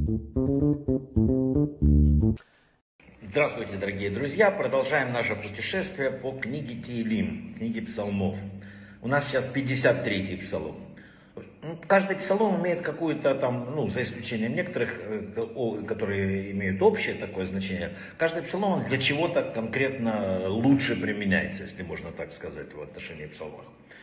Здравствуйте, дорогие друзья! Продолжаем наше путешествие по книге Теилим, книге псалмов. У нас сейчас 53-й псалом. Каждый псалом имеет какую-то там, за исключением некоторых, которые имеют общее такое значение, каждый псалом для чего-то конкретно лучше применяется, если можно так сказать, в отношении псалмов.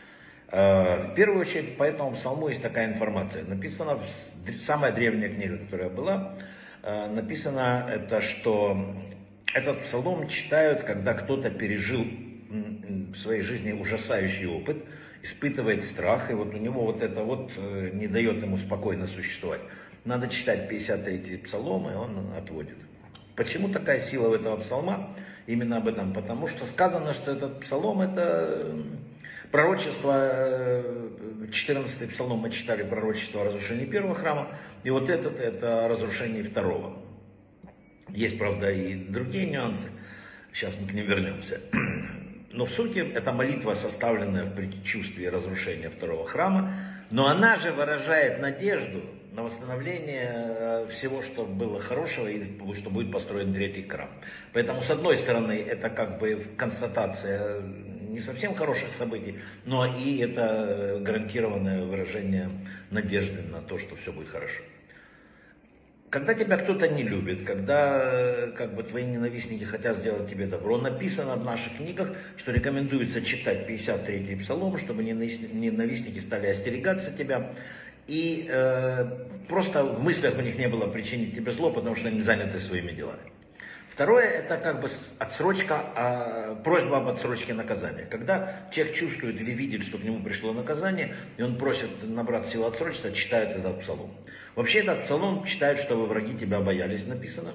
В первую очередь, по этому псалму есть такая информация. Написано, самая древняя книга, которая была, написано это, что этот псалом читают, когда кто-то пережил в своей жизни ужасающий опыт, испытывает страх, и вот у него вот это вот не дает ему спокойно существовать. Надо читать 53-й псалом, и он отводит. Почему такая сила у этого псалма? Именно об этом. Потому что сказано, что этот псалом это пророчество, 14-й псалом мы читали пророчество о разрушении первого храма, и вот этот это о разрушении второго. Есть, правда, и другие нюансы, сейчас мы к ним вернемся. Но в сути это молитва, составленная в предчувствии разрушения второго храма, но она же выражает надежду на восстановление всего, что было хорошего и что будет построен третий храм. Поэтому, с одной стороны, это как бы констатация не совсем хороших событий, но и это гарантированное выражение надежды на то, что все будет хорошо. Когда тебя кто-то не любит, когда твои ненавистники хотят сделать тебе добро, написано в наших книгах, что рекомендуется читать 53-й псалом, чтобы ненавистники стали остерегаться тебя. И просто в мыслях у них не было причинить тебе зло, потому что они заняты своими делами. Второе, это отсрочка, просьба об отсрочке наказания. Когда человек чувствует или видит, что к нему пришло наказание, и он просит набрать силу отсрочества, читает этот псалом. Вообще этот псалом читают, чтобы враги тебя боялись, написано.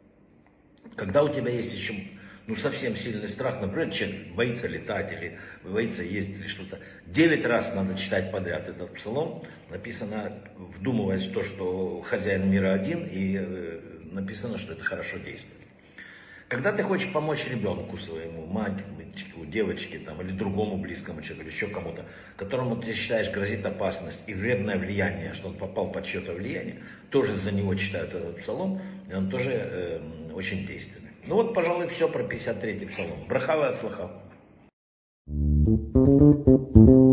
Когда у тебя есть еще совсем сильный страх, например, человек боится летать или боится ездить или что-то, 9 раз надо читать подряд этот псалом. Написано, вдумываясь в то, что хозяин мира один, и написано, что это хорошо действует. Когда ты хочешь помочь ребенку своему, мальчику, девочке или другому близкому человеку, или еще кому-то, которому ты считаешь грозит опасность и вредное влияние, что он попал под чье-то влияние, тоже за него читают этот псалом, и он тоже очень действенный. Пожалуй, все про 53-й псалом. Браха ве ацлаха.